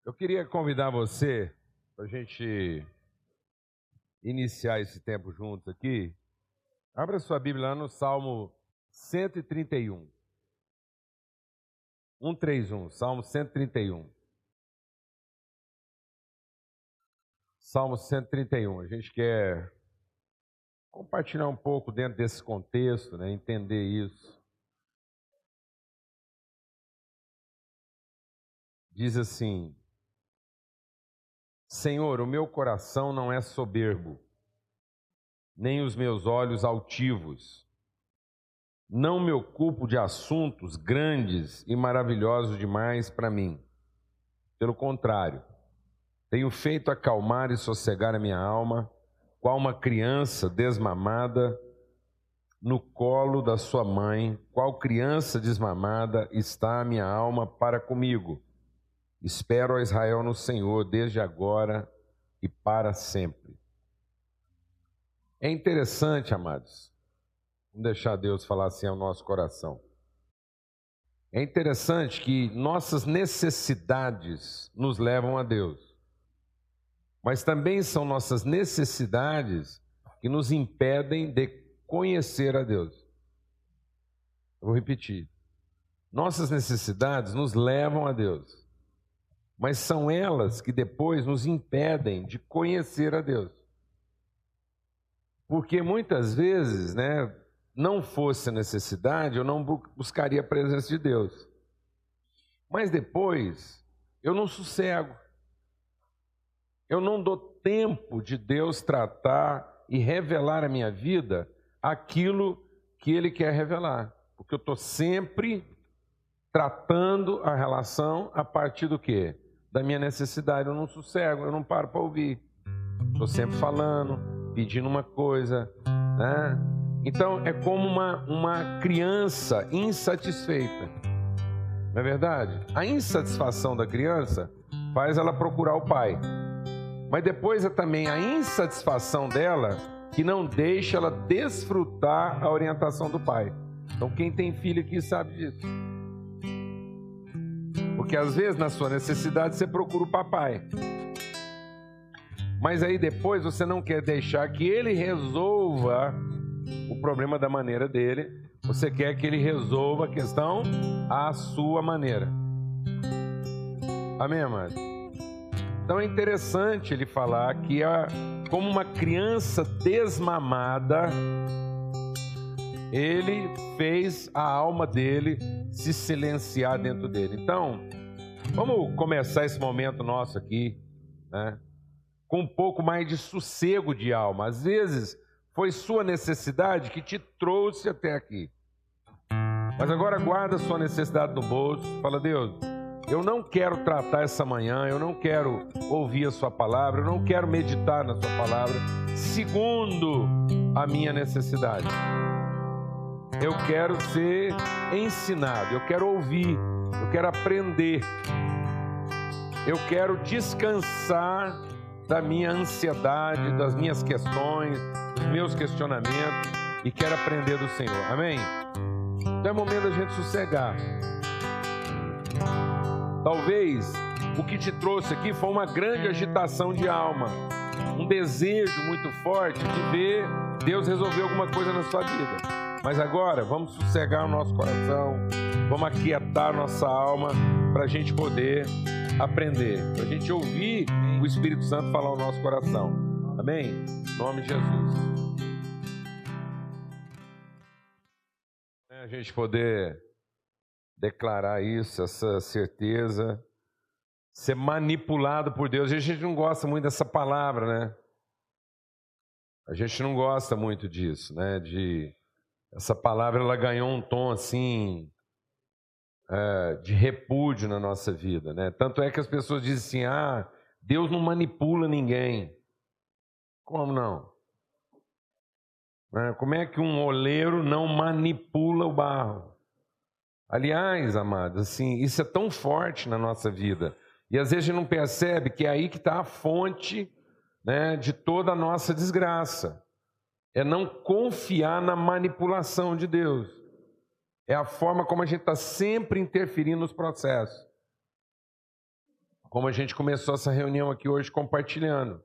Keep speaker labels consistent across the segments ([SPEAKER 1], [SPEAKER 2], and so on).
[SPEAKER 1] Eu queria convidar você para a gente iniciar esse tempo juntos aqui. Abra sua Bíblia lá no Salmo 131. 131, Salmo 131. Salmo 131. A gente quer compartilhar um pouco dentro desse contexto, né? Entender isso. Diz assim: Senhor, o meu coração não é soberbo, nem os meus olhos altivos. Não me ocupo de assuntos grandes e maravilhosos demais para mim. Pelo contrário, tenho feito acalmar e sossegar a minha alma, qual uma criança desmamada no colo da sua mãe, qual criança desmamada está a minha alma para comigo. Espero a Israel no Senhor, desde agora e para sempre. É interessante, amados, vamos deixar Deus falar assim ao nosso coração. É interessante que nossas necessidades nos levam a Deus, mas também são nossas necessidades que nos impedem de conhecer a Deus. Eu vou repetir. Nossas necessidades nos levam a Deus, mas são elas que depois nos impedem de conhecer a Deus. Porque muitas vezes, não fosse a necessidade, eu não buscaria a presença de Deus. Mas depois, eu não sossego. Eu não dou tempo de Deus tratar e revelar à minha vida aquilo que Ele quer revelar. Porque eu estou sempre tratando a relação a partir do quê? Da minha necessidade. Eu não sossego, eu não paro para ouvir. Estou sempre falando, pedindo uma coisa, né? Então, é como uma criança insatisfeita. Não é verdade? A insatisfação da criança faz ela procurar o pai. Mas depois é também a insatisfação dela que não deixa ela desfrutar a orientação do pai. Então, quem tem filho aqui sabe disso. Porque às vezes, na sua necessidade, você procura o papai. Mas aí depois você não quer deixar que ele resolva o problema da maneira dele. Você quer que ele resolva a questão à sua maneira. Amém, amado? Então é interessante ele falar que como uma criança desmamada, ele fez a alma dele se silenciar dentro dele. Então, vamos começar esse momento nosso aqui, né, com um pouco mais de sossego de alma. Às vezes foi sua necessidade que te trouxe até aqui. Mas agora guarda sua necessidade no bolso. Fala: Deus, eu não quero tratar essa manhã, eu não quero ouvir a sua palavra, eu não quero meditar na sua palavra segundo a minha necessidade. Eu quero ser ensinado, eu quero ouvir, eu quero aprender. Eu quero descansar da minha ansiedade, das minhas questões, dos meus questionamentos e quero aprender do Senhor. Amém? Então é momento da gente sossegar. Talvez o que te trouxe aqui foi uma grande agitação de alma, um desejo muito forte de ver Deus resolver alguma coisa na sua vida. Mas agora vamos sossegar o nosso coração, vamos aquietar nossa alma para a gente poder aprender, para a gente ouvir o Espírito Santo falar ao nosso coração. Amém? Em nome de Jesus. A gente poder declarar isso, essa certeza, ser manipulado por Deus. A gente não gosta muito dessa palavra, né? A gente não gosta muito disso, né? Essa palavra, ela ganhou um tom assim de repúdio na nossa vida, né? Tanto é que as pessoas dizem assim: Deus não manipula ninguém. Como não? Como é que um oleiro não manipula o barro? Aliás, amados, assim, isso é tão forte na nossa vida. E às vezes a gente não percebe que é aí que está a fonte, né, de toda a nossa desgraça. É não confiar na manipulação de Deus. É a forma como a gente está sempre interferindo nos processos. como a gente começou essa reunião aqui hoje compartilhando.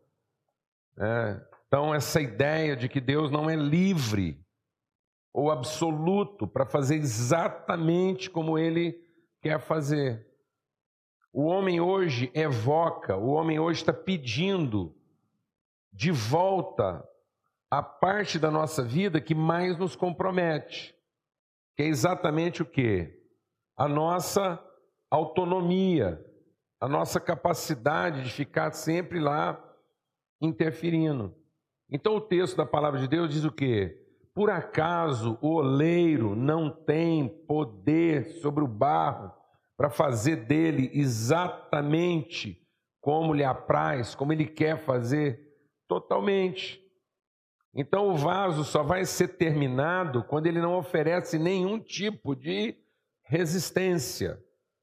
[SPEAKER 1] Então, essa ideia de que Deus não é livre ou absoluto para fazer exatamente como Ele quer fazer. O homem hoje evoca, o homem hoje está pedindo de volta a parte da nossa vida que mais nos compromete, que é exatamente o quê? A nossa autonomia, a nossa capacidade de ficar sempre lá interferindo. Então o texto da palavra de Deus diz o quê? Por acaso o oleiro não tem poder sobre o barro para fazer dele exatamente como lhe apraz, como ele quer fazer? Totalmente. Então o vaso só vai ser terminado quando ele não oferece nenhum tipo de resistência.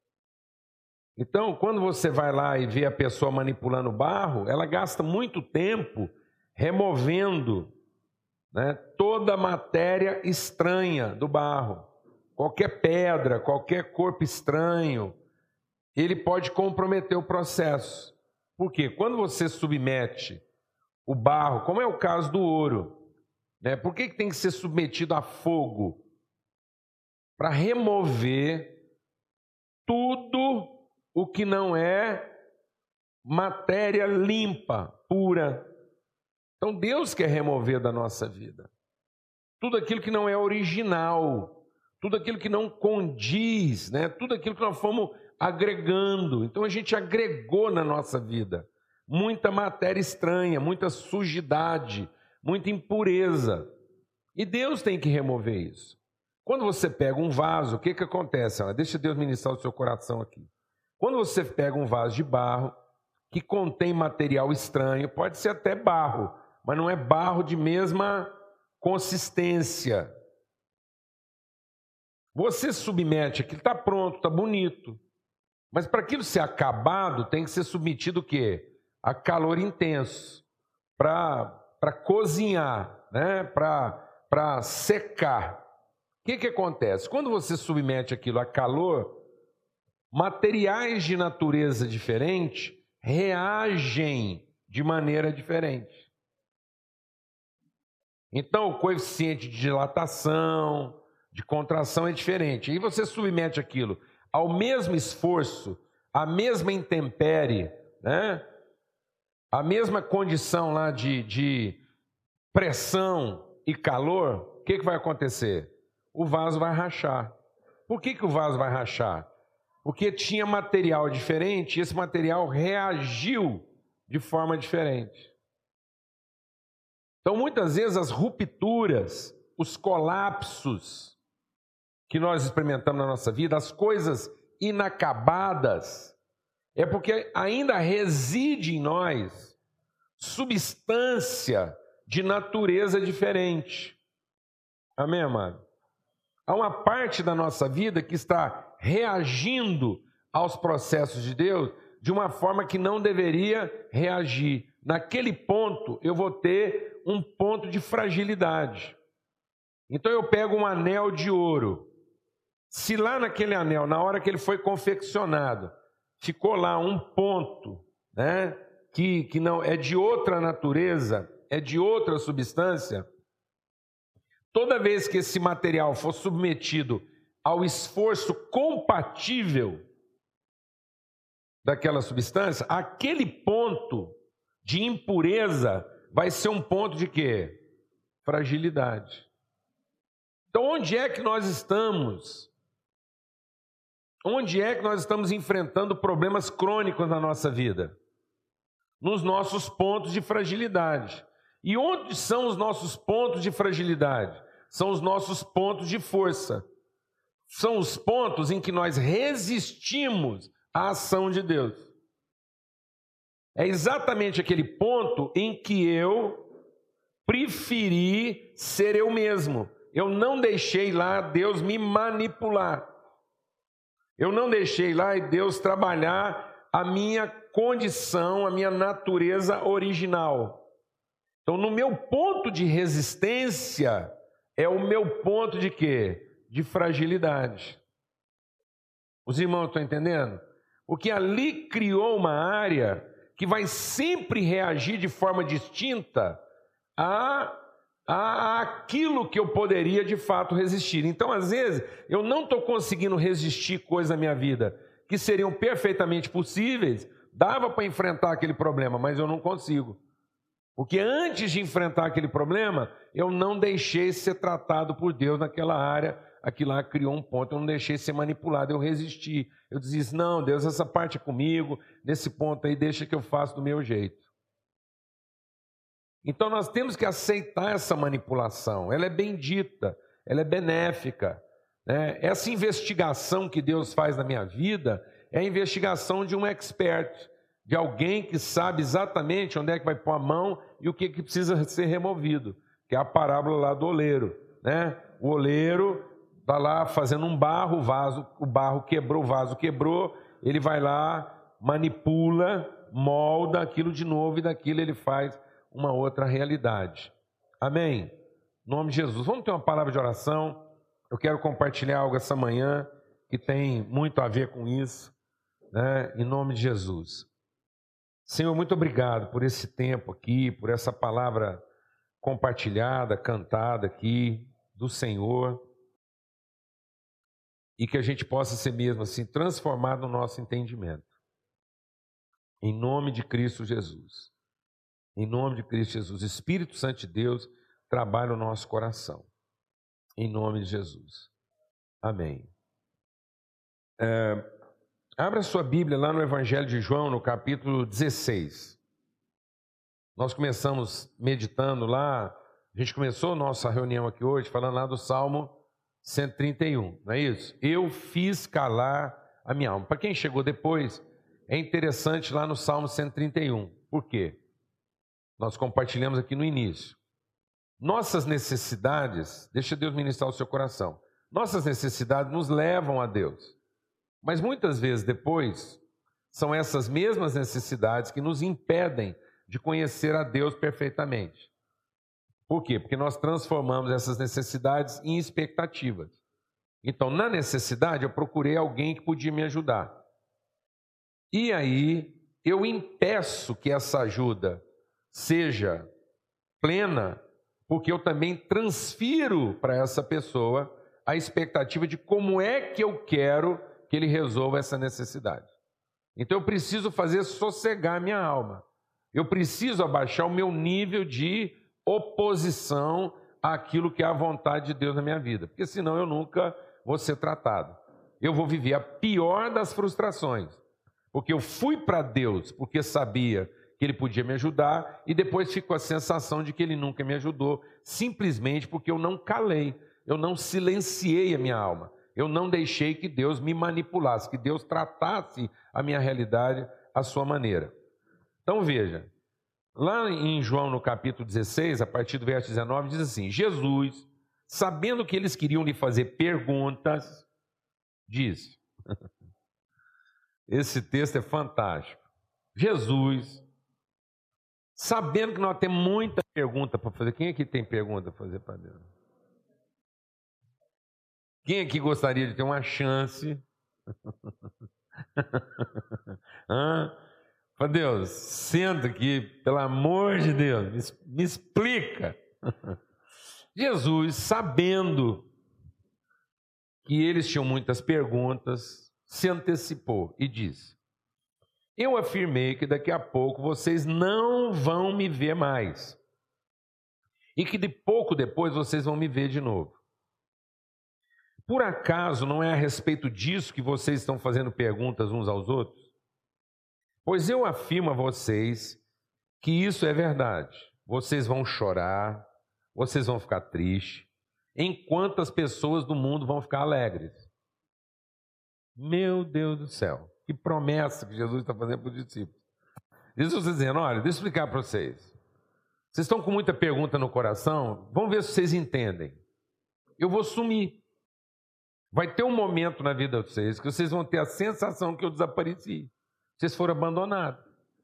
[SPEAKER 1] Então, quando você vai lá e vê a pessoa manipulando o barro, ela gasta muito tempo removendo, toda a matéria estranha do barro. Qualquer pedra, qualquer corpo estranho, ele pode comprometer o processo. Por quê? Quando você submete o barro, como é o caso do ouro, por que tem que ser submetido a fogo? Para remover tudo o que não é matéria limpa, pura. Então Deus quer remover da nossa vida tudo aquilo que não é original, tudo aquilo que não condiz, tudo aquilo que nós fomos agregando. Então a gente agregou na nossa vida muita matéria estranha, muita sujidade, muita impureza. E Deus tem que remover isso. Quando você pega um vaso, o que acontece? Deixa Deus ministrar o seu coração aqui. Quando você pega um vaso de barro que contém material estranho, pode ser até barro, mas não é barro de mesma consistência. Você submete aquilo, está pronto, está bonito. Mas para aquilo ser acabado, tem que ser submetido o quê? A calor intenso, para cozinhar, para secar. O que acontece? Quando você submete aquilo a calor, materiais de natureza diferente reagem de maneira diferente. Então, o coeficiente de dilatação, de contração é diferente. E você submete aquilo ao mesmo esforço, à mesma intempérie, a mesma condição lá de pressão e calor, o que vai acontecer? O vaso vai rachar. Por que o vaso vai rachar? Porque tinha material diferente e esse material reagiu de forma diferente. Então, muitas vezes, as rupturas, os colapsos que nós experimentamos na nossa vida, as coisas inacabadas, é porque ainda reside em nós substância de natureza diferente. Amém, amado? Há uma parte da nossa vida que está reagindo aos processos de Deus de uma forma que não deveria reagir. Naquele ponto, eu vou ter um ponto de fragilidade. Então, eu pego um anel de ouro. Se lá naquele anel, na hora que ele foi confeccionado, ficou lá um ponto, que não é de outra natureza, é de outra substância, toda vez que esse material for submetido ao esforço compatível daquela substância, aquele ponto de impureza vai ser um ponto de quê? Fragilidade. Então, onde é que nós estamos? Onde é que nós estamos enfrentando problemas crônicos na nossa vida? Nos nossos pontos de fragilidade. E onde são os nossos pontos de fragilidade? São os nossos pontos de força. São os pontos em que nós resistimos à ação de Deus. É exatamente aquele ponto em que eu preferi ser eu mesmo. Eu não deixei lá Deus me manipular. Eu não deixei lá Deus trabalhar a minha condição, a minha natureza original. Então, no meu ponto de resistência, é o meu ponto de quê? De fragilidade. Os irmãos estão entendendo? Porque ali criou uma área que vai sempre reagir de forma distinta àquilo que eu poderia de fato resistir. Então, às vezes, eu não estou conseguindo resistir coisas na minha vida que seriam perfeitamente possíveis, dava para enfrentar aquele problema, mas eu não consigo. Porque antes de enfrentar aquele problema, eu não deixei ser tratado por Deus naquela área. Aquilo lá criou um ponto, eu não deixei ser manipulado, eu resisti. Eu disse, não, Deus, essa parte é comigo, nesse ponto aí deixa que eu faço do meu jeito. Então nós temos que aceitar essa manipulação, ela é bendita, ela é benéfica. Né? Essa investigação que Deus faz na minha vida é a investigação de um expert, de alguém que sabe exatamente onde é que vai pôr a mão e o que precisa ser removido, que é a parábola lá do oleiro. Né? O oleiro está lá fazendo um barro, o barro quebrou, o vaso quebrou, ele vai lá, manipula, molda aquilo de novo e daquilo ele faz uma outra realidade. Amém? Em nome de Jesus. Vamos ter uma palavra de oração. Eu quero compartilhar algo essa manhã que tem muito a ver com isso, né? Em nome de Jesus. Senhor, muito obrigado por esse tempo aqui, por essa palavra compartilhada, cantada aqui do Senhor. E que a gente possa ser mesmo assim transformado no nosso entendimento. Em nome de Cristo Jesus. Em nome de Cristo Jesus. Espírito Santo de Deus, trabalha o nosso coração. Em nome de Jesus. Amém. Abra sua Bíblia lá no Evangelho de João, no capítulo 16. Nós começamos meditando lá, a gente começou a nossa reunião aqui hoje falando lá do Salmo 131, não é isso? Eu fiz calar a minha alma. Para quem chegou depois, é interessante lá no Salmo 131. Por quê? Nós compartilhamos aqui no início. Nossas necessidades, deixa Deus ministrar o seu coração. Nossas necessidades nos levam a Deus. Mas muitas vezes depois, são essas mesmas necessidades que nos impedem de conhecer a Deus perfeitamente. Por quê? Porque nós transformamos essas necessidades em expectativas. Então, na necessidade, eu procurei alguém que podia me ajudar. E aí, eu impeço que essa ajuda seja plena, porque eu também transfiro para essa pessoa a expectativa de como é que eu quero que ele resolva essa necessidade. Então, eu preciso fazer sossegar a minha alma. Eu preciso abaixar o meu nível de oposição àquilo que é a vontade de Deus na minha vida, porque senão eu nunca vou ser tratado. Eu vou viver a pior das frustrações, porque eu fui para Deus porque sabia que Ele podia me ajudar e depois fico com a sensação de que Ele nunca me ajudou, simplesmente porque eu não calei, eu não silenciei a minha alma, eu não deixei que Deus me manipulasse, que Deus tratasse a minha realidade à sua maneira. Então veja, lá em João no capítulo 16, a partir do verso 19, diz assim, Jesus, sabendo que eles queriam lhe fazer perguntas, diz, esse texto é fantástico, Jesus, sabendo que nós temos muita pergunta para fazer, quem aqui tem pergunta para fazer para Deus? Quem aqui gostaria de ter uma chance? Para Deus, senta aqui, pelo amor de Deus, me explica. Jesus, sabendo que eles tinham muitas perguntas, se antecipou e disse, eu afirmei que daqui a pouco vocês não vão me ver mais e que de pouco depois vocês vão me ver de novo. Por acaso não é a respeito disso que vocês estão fazendo perguntas uns aos outros? Pois eu afirmo a vocês que isso é verdade. Vocês vão chorar, vocês vão ficar tristes, enquanto as pessoas do mundo vão ficar alegres. Meu Deus do céu, que promessa que Jesus está fazendo para os discípulos. Jesus está dizendo, olha, deixa eu explicar para vocês. Vocês estão com muita pergunta no coração, vamos ver se vocês entendem. Eu vou sumir. Vai ter um momento na vida de vocês que vocês vão ter a sensação que eu desapareci. Vocês foram abandonados.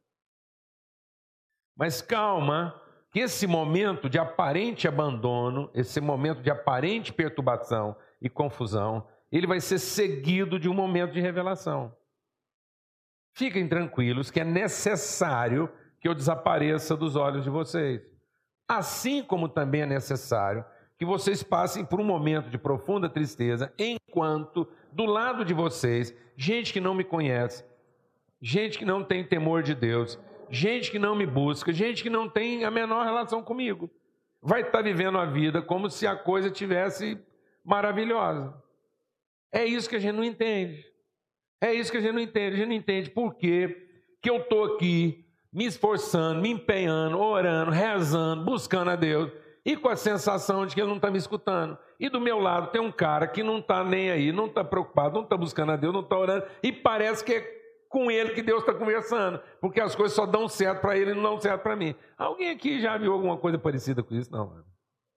[SPEAKER 1] Mas calma, que esse momento de aparente abandono, esse momento de aparente perturbação e confusão, ele vai ser seguido de um momento de revelação. Fiquem tranquilos que é necessário que eu desapareça dos olhos de vocês. Assim como também é necessário que vocês passem por um momento de profunda tristeza, enquanto do lado de vocês, gente que não me conhece, gente que não tem temor de Deus, gente que não me busca, gente que não tem a menor relação comigo, vai estar vivendo a vida como se a coisa tivesse maravilhosa. É isso que a gente não entende. É isso que a gente não entende. A gente não entende por que eu estou aqui me esforçando, me empenhando, orando, rezando, buscando a Deus, e com a sensação de que Ele não está me escutando. E do meu lado tem um cara que não está nem aí, não está preocupado, não está buscando a Deus, não está orando, e parece que é com ele que Deus está conversando, porque as coisas só dão certo para ele e não dão certo para mim. Alguém aqui já viu alguma coisa parecida com isso? Não, mano.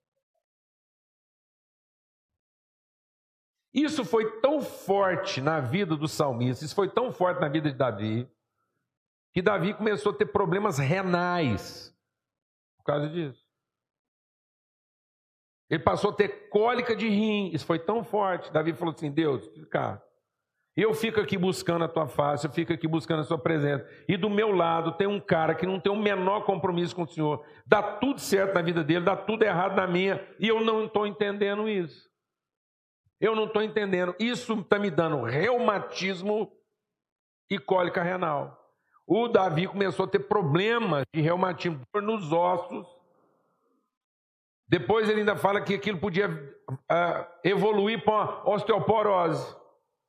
[SPEAKER 1] Isso foi tão forte na vida do salmista, isso foi tão forte na vida de Davi, que Davi começou a ter problemas renais por causa disso. Ele passou a ter cólica de rim, isso foi tão forte. Davi falou assim: Deus, fica. Eu fico aqui buscando a tua face, eu fico aqui buscando a sua presença. E do meu lado tem um cara que não tem o menor compromisso com o Senhor. Dá tudo certo na vida dele, dá tudo errado na minha. E eu não estou entendendo isso. Eu não estou entendendo. Isso está me dando reumatismo e cólica renal. O Davi começou a ter problemas de reumatismo, dor nos ossos. Depois ele ainda fala que aquilo podia evoluir para osteoporose.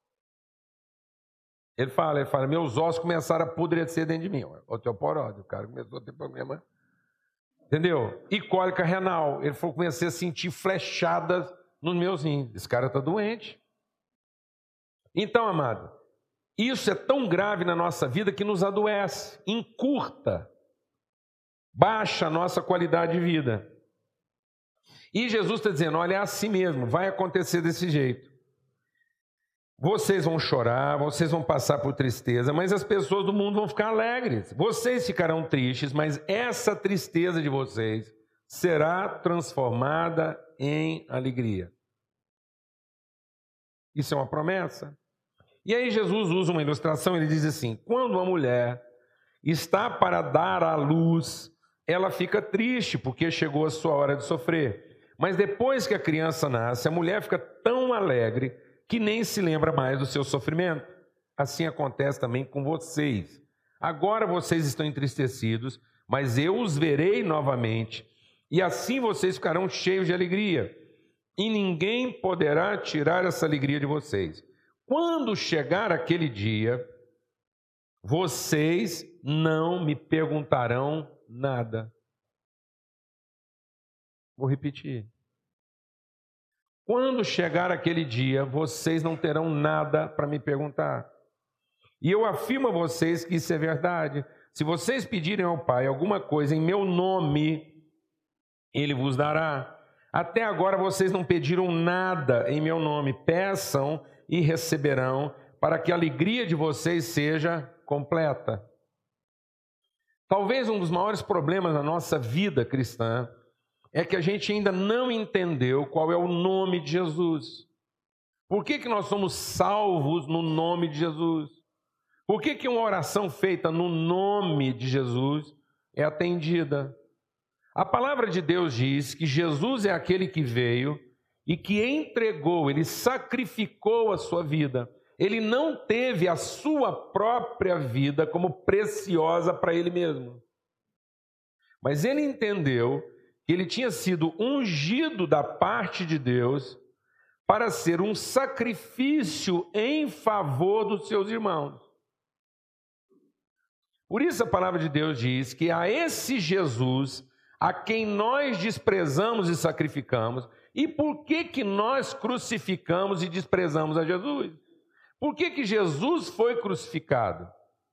[SPEAKER 1] Ele fala, meus ossos começaram a apodrecer dentro de mim. Osteoporose, o cara começou a ter problema. Entendeu? E cólica renal. Ele falou, comecei a sentir flechadas nos meus rins. Esse cara está doente. Então, amado, isso é tão grave na nossa vida que nos adoece, encurta, baixa a nossa qualidade de vida. E Jesus está dizendo, olha, é assim mesmo, vai acontecer desse jeito. Vocês vão chorar, vocês vão passar por tristeza, mas as pessoas do mundo vão ficar alegres. Vocês ficarão tristes, mas essa tristeza de vocês será transformada em alegria. Isso é uma promessa. E aí Jesus usa uma ilustração, ele diz assim, quando uma mulher está para dar à luz, ela fica triste porque chegou a sua hora de sofrer. Mas depois que a criança nasce, a mulher fica tão alegre que nem se lembra mais do seu sofrimento. Assim acontece também com vocês. Agora vocês estão entristecidos, mas eu os verei novamente, e assim vocês ficarão cheios de alegria, e ninguém poderá tirar essa alegria de vocês. Quando chegar aquele dia, vocês não me perguntarão nada. Vou repetir. Quando chegar aquele dia, vocês não terão nada para me perguntar. E eu afirmo a vocês que isso é verdade. Se vocês pedirem ao Pai alguma coisa em meu nome, Ele vos dará. Até agora vocês não pediram nada em meu nome. Peçam e receberão, para que a alegria de vocês seja completa. Talvez um dos maiores problemas na nossa vida cristã é que a gente ainda não entendeu qual é o nome de Jesus. Por que nós somos salvos no nome de Jesus? Por que uma oração feita no nome de Jesus é atendida? A palavra de Deus diz que Jesus é aquele que veio e que entregou, ele sacrificou a sua vida. Ele não teve a sua própria vida como preciosa para ele mesmo. Mas ele entendeu que ele tinha sido ungido da parte de Deus para ser um sacrifício em favor dos seus irmãos. Por isso a palavra de Deus diz que a esse Jesus, a quem nós desprezamos e sacrificamos, e por que nós crucificamos e desprezamos a Jesus? Por que Jesus foi crucificado?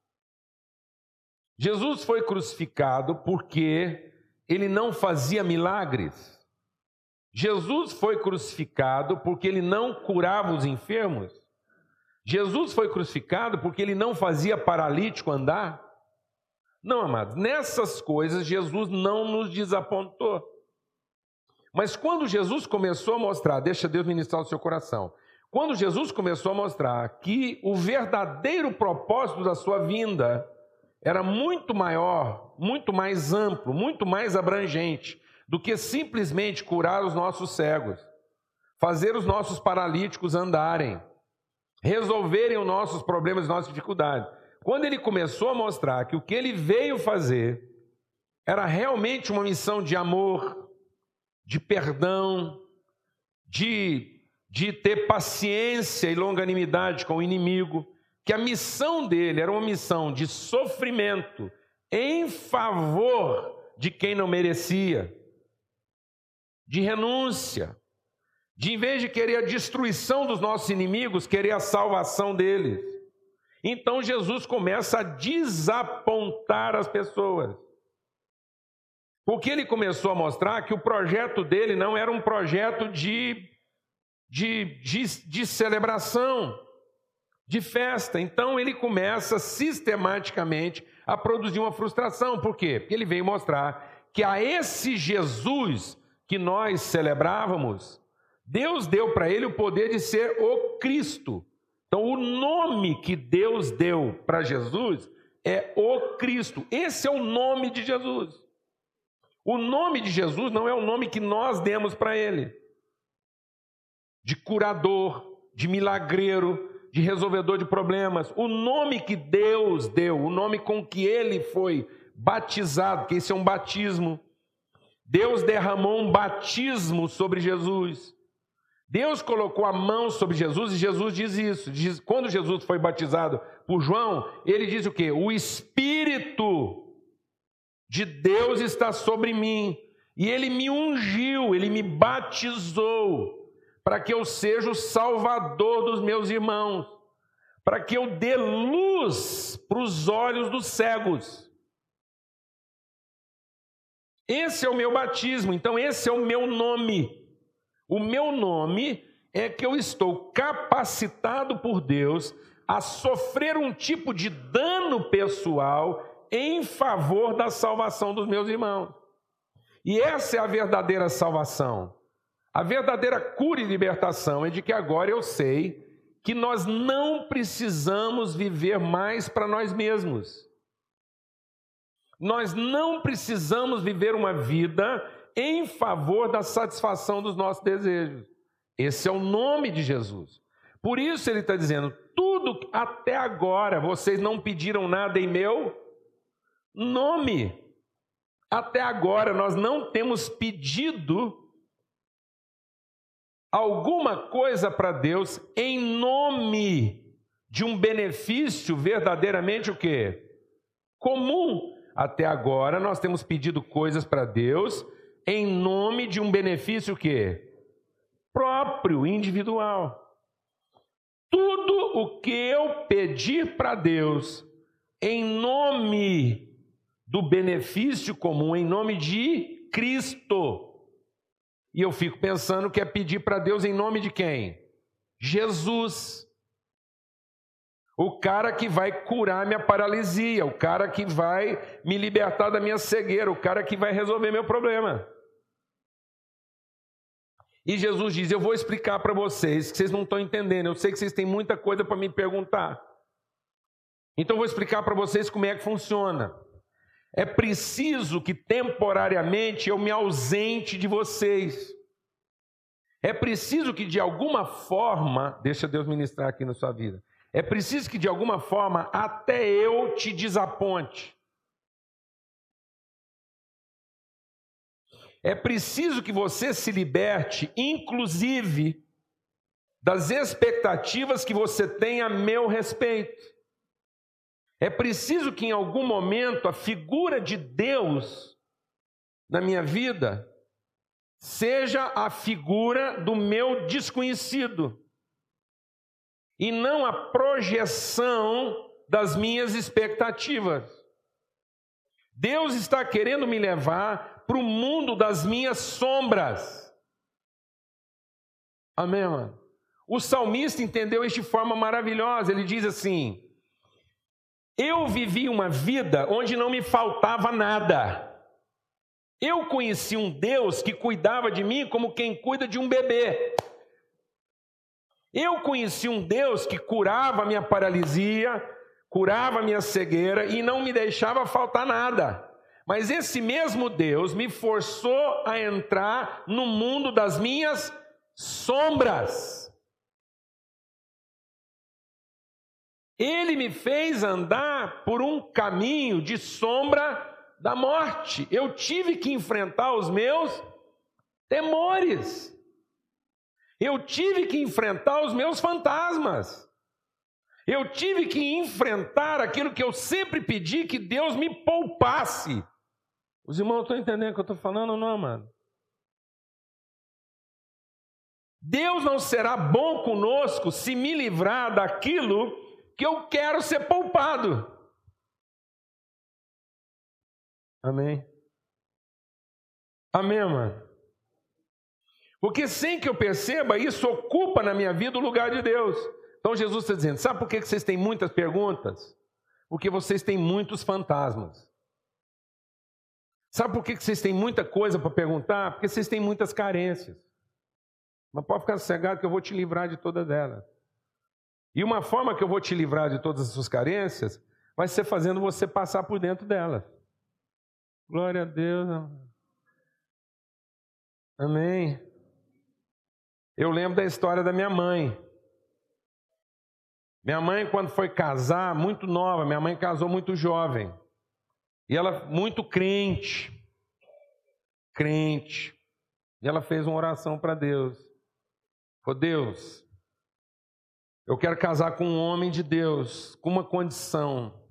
[SPEAKER 1] Jesus foi crucificado porque ele não fazia milagres. Jesus foi crucificado porque ele não curava os enfermos. Jesus foi crucificado porque ele não fazia paralítico andar. Não, amados, nessas coisas Jesus não nos desapontou. Mas quando Jesus começou a mostrar, deixa Deus ministrar o seu coração, Quando Jesus começou a mostrar que o verdadeiro propósito da sua vinda era muito maior, muito mais amplo, muito mais abrangente do que simplesmente curar os nossos cegos, fazer os nossos paralíticos andarem, resolverem os nossos problemas, as nossas dificuldades. Quando ele começou a mostrar que o que ele veio fazer era realmente uma missão de amor, de perdão, de ter paciência e longanimidade com o inimigo, que a missão dele era uma missão de sofrimento em favor de quem não merecia, de renúncia, de, em vez de querer a destruição dos nossos inimigos, querer a salvação deles. Então Jesus começa a desapontar as pessoas, porque ele começou a mostrar que o projeto dele não era um projeto de celebração, de festa. Então ele começa sistematicamente a produzir uma frustração. Por quê? Porque ele veio mostrar que a esse Jesus que nós celebrávamos, Deus deu para ele o poder de ser o Cristo. Então o nome que Deus deu para Jesus é o Cristo. Esse é o nome de Jesus. O nome de Jesus não é o nome que nós demos para ele, de curador, de milagreiro, de resolvedor de problemas. O nome que Deus deu, o nome com que ele foi batizado, que esse é um batismo. Deus derramou um batismo sobre Jesus. Deus colocou a mão sobre Jesus e Jesus diz isso. Quando Jesus foi batizado por João, ele diz o quê? O Espírito de Deus está sobre mim e ele me ungiu, ele me batizou para que eu seja o salvador dos meus irmãos, para que eu dê luz para os olhos dos cegos. Esse é o meu batismo, então esse é o meu nome. O meu nome é que eu estou capacitado por Deus a sofrer um tipo de dano pessoal em favor da salvação dos meus irmãos. E essa é a verdadeira salvação. A verdadeira cura e libertação é de que agora eu sei que nós não precisamos viver mais para nós mesmos. Nós não precisamos viver uma vida em favor da satisfação dos nossos desejos. Esse é o nome de Jesus. Por isso ele está dizendo, tudo até agora vocês não pediram nada em meu nome. Até agora nós não temos pedido alguma coisa para Deus em nome de um benefício verdadeiramente o quê? Comum. Até agora nós temos pedido coisas para Deus em nome de um benefício o quê? Próprio, individual. Tudo o que eu pedir para Deus em nome do benefício comum, em nome de Cristo. E eu fico pensando que é pedir para Deus em nome de quem? Jesus. O cara que vai curar minha paralisia, o cara que vai me libertar da minha cegueira, o cara que vai resolver meu problema. E Jesus diz, eu vou explicar para vocês, que vocês não estão entendendo, eu sei que vocês têm muita coisa para me perguntar. Então eu vou explicar para vocês como é que funciona. É preciso que temporariamente eu me ausente de vocês. É preciso que de alguma forma, deixa Deus ministrar aqui na sua vida, é preciso que de alguma forma até eu te desaponte. É preciso que você se liberte, inclusive, das expectativas que você tem a meu respeito. É preciso que em algum momento a figura de Deus na minha vida seja a figura do meu desconhecido e não a projeção das minhas expectativas. Deus está querendo me levar para o mundo das minhas sombras. Amém, mano? O salmista entendeu isso de forma maravilhosa. Ele diz assim, eu vivi uma vida onde não me faltava nada. Eu conheci um Deus que cuidava de mim como quem cuida de um bebê. Eu conheci um Deus que curava a minha paralisia, curava a minha cegueira e não me deixava faltar nada. Mas esse mesmo Deus me forçou a entrar no mundo das minhas sombras. Ele me fez andar por um caminho de sombra da morte. Eu tive que enfrentar os meus temores. Eu tive que enfrentar os meus fantasmas. Eu tive que enfrentar aquilo que eu sempre pedi, que Deus me poupasse. Os irmãos estão entendendo o que eu estou falando ou não, mano? Deus não será bom conosco se me livrar daquilo que eu quero ser poupado. Amém? Amém, mano? Porque sem que eu perceba, isso ocupa na minha vida o lugar de Deus. Então Jesus está dizendo, sabe por que vocês têm muitas perguntas? Porque vocês têm muitos fantasmas. Sabe por que vocês têm muita coisa para perguntar? Porque vocês têm muitas carências. Mas pode ficar sossegado que eu vou te livrar de todas elas. E uma forma que eu vou te livrar de todas as suas carências vai ser fazendo você passar por dentro delas. Glória a Deus. Amém. Eu lembro da história da minha mãe. Minha mãe, quando foi casar, muito nova, minha mãe casou muito jovem. E ela muito crente. E ela fez uma oração para Deus. Falou, Deus, eu quero casar com um homem de Deus, com uma condição.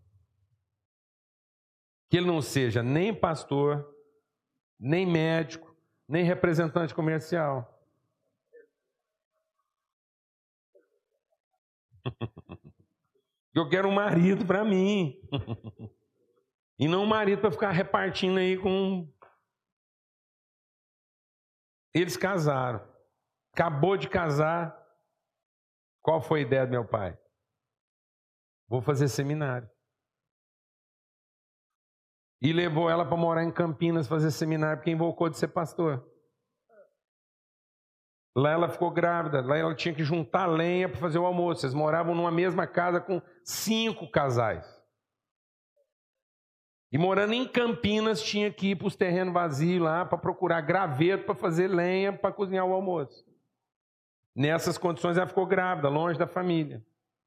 [SPEAKER 1] Que ele não seja nem pastor, nem médico, nem representante comercial. Eu quero um marido para mim. E não um marido para ficar repartindo aí com... Eles casaram. Acabou de casar. Qual foi a ideia do meu pai? Vou fazer seminário. E levou ela para morar em Campinas, fazer seminário, porque invocou de ser pastor. Lá ela ficou grávida, lá ela tinha que juntar lenha para fazer o almoço. Eles moravam numa mesma casa com 5 casais. E morando em Campinas, tinha que ir para os terrenos vazios lá para procurar graveto para fazer lenha para cozinhar o almoço. Nessas condições ela ficou grávida, longe da família.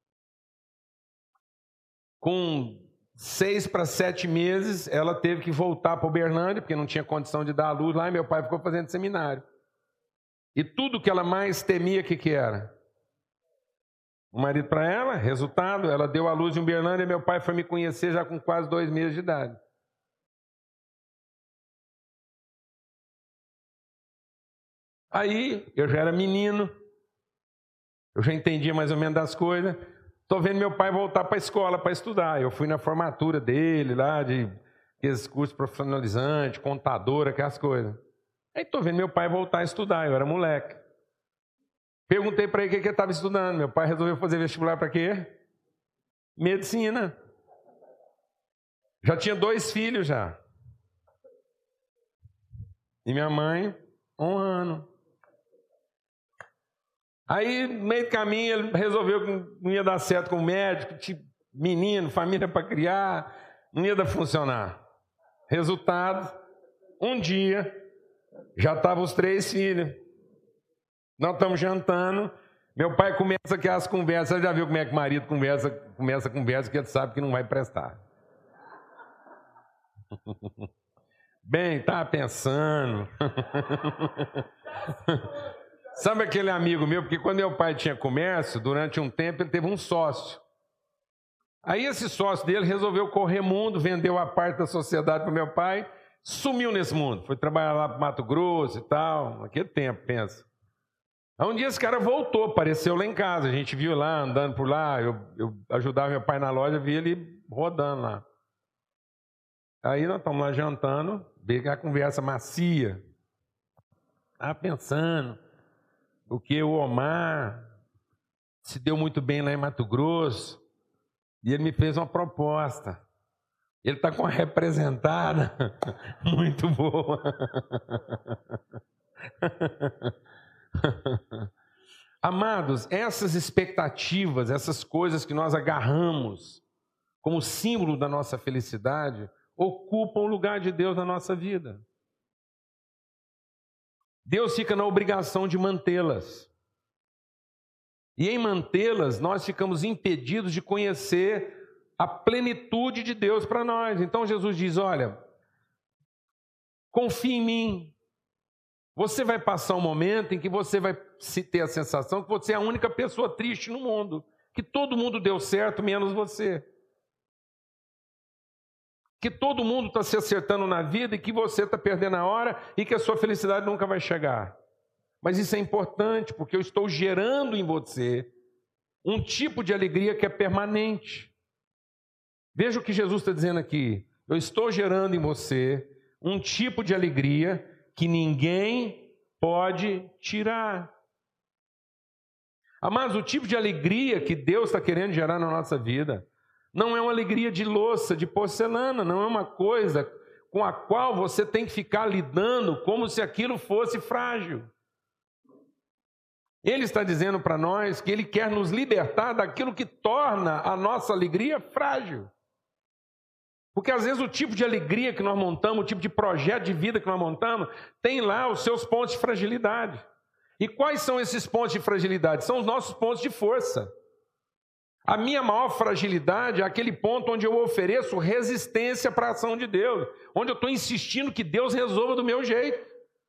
[SPEAKER 1] Com 6 para 7 meses, ela teve que voltar para Uberlândia, porque não tinha condição de dar à luz lá, e meu pai ficou fazendo seminário. E tudo que ela mais temia, o que era? Um marido para ela, resultado, ela deu à luz em Uberlândia e meu pai foi me conhecer já com quase 2 meses de idade. Aí, eu já era menino, eu já entendia mais ou menos das coisas, estou vendo meu pai voltar para a escola para estudar. Eu fui na formatura dele, lá de aqueles cursos profissionalizantes, contador, aquelas coisas. Aí estou vendo meu pai voltar a estudar, eu era moleque. Perguntei para ele o que ele estava estudando. Meu pai resolveu fazer vestibular para quê? Medicina. Já tinha 2 filhos já. E minha mãe, 1 ano. Aí, no meio do caminho, ele resolveu que não ia dar certo com o médico, tipo, menino, família para criar, não ia dar funcionar. Resultado, um dia, já estavam os 3 filhos. Nós estamos jantando, meu pai começa aquelas conversas, já viu como é que o marido começa a conversa que ele sabe que não vai prestar. Bem, estava pensando. Sabe aquele amigo meu? Porque quando meu pai tinha comércio, durante um tempo ele teve um sócio. Aí esse sócio dele resolveu correr mundo, vendeu a parte da sociedade para meu pai, sumiu nesse mundo. Foi trabalhar lá para Mato Grosso e tal, naquele tempo, pensa. Aí um dia esse cara voltou, apareceu lá em casa, a gente viu lá, andando por lá, eu ajudava meu pai na loja, vi ele rodando lá. Aí nós estamos lá jantando, veio a conversa macia. Estava pensando, porque o Omar se deu muito bem lá em Mato Grosso, e ele me fez uma proposta. Ele está com uma representada muito boa. Amados, essas expectativas, essas coisas que nós agarramos como símbolo da nossa felicidade, ocupam o lugar de Deus na nossa vida. Deus fica na obrigação de mantê-las. E em mantê-las, nós ficamos impedidos de conhecer a plenitude de Deus para nós. Então Jesus diz, olha, confie em mim. Você vai passar um momento em que você vai ter a sensação que você é a única pessoa triste no mundo, que todo mundo deu certo, menos você. Que todo mundo está se acertando na vida e que você está perdendo a hora e que a sua felicidade nunca vai chegar. Mas isso é importante, porque eu estou gerando em você um tipo de alegria que é permanente. Veja o que Jesus está dizendo aqui. Eu estou gerando em você um tipo de alegria que ninguém pode tirar. Amados, o tipo de alegria que Deus está querendo gerar na nossa vida não é uma alegria de louça, de porcelana, não é uma coisa com a qual você tem que ficar lidando como se aquilo fosse frágil. Ele está dizendo para nós que Ele quer nos libertar daquilo que torna a nossa alegria frágil. Porque às vezes o tipo de alegria que nós montamos, o tipo de projeto de vida que nós montamos, tem lá os seus pontos de fragilidade. E quais são esses pontos de fragilidade? São os nossos pontos de força. A minha maior fragilidade é aquele ponto onde eu ofereço resistência para a ação de Deus, onde eu estou insistindo que Deus resolva do meu jeito.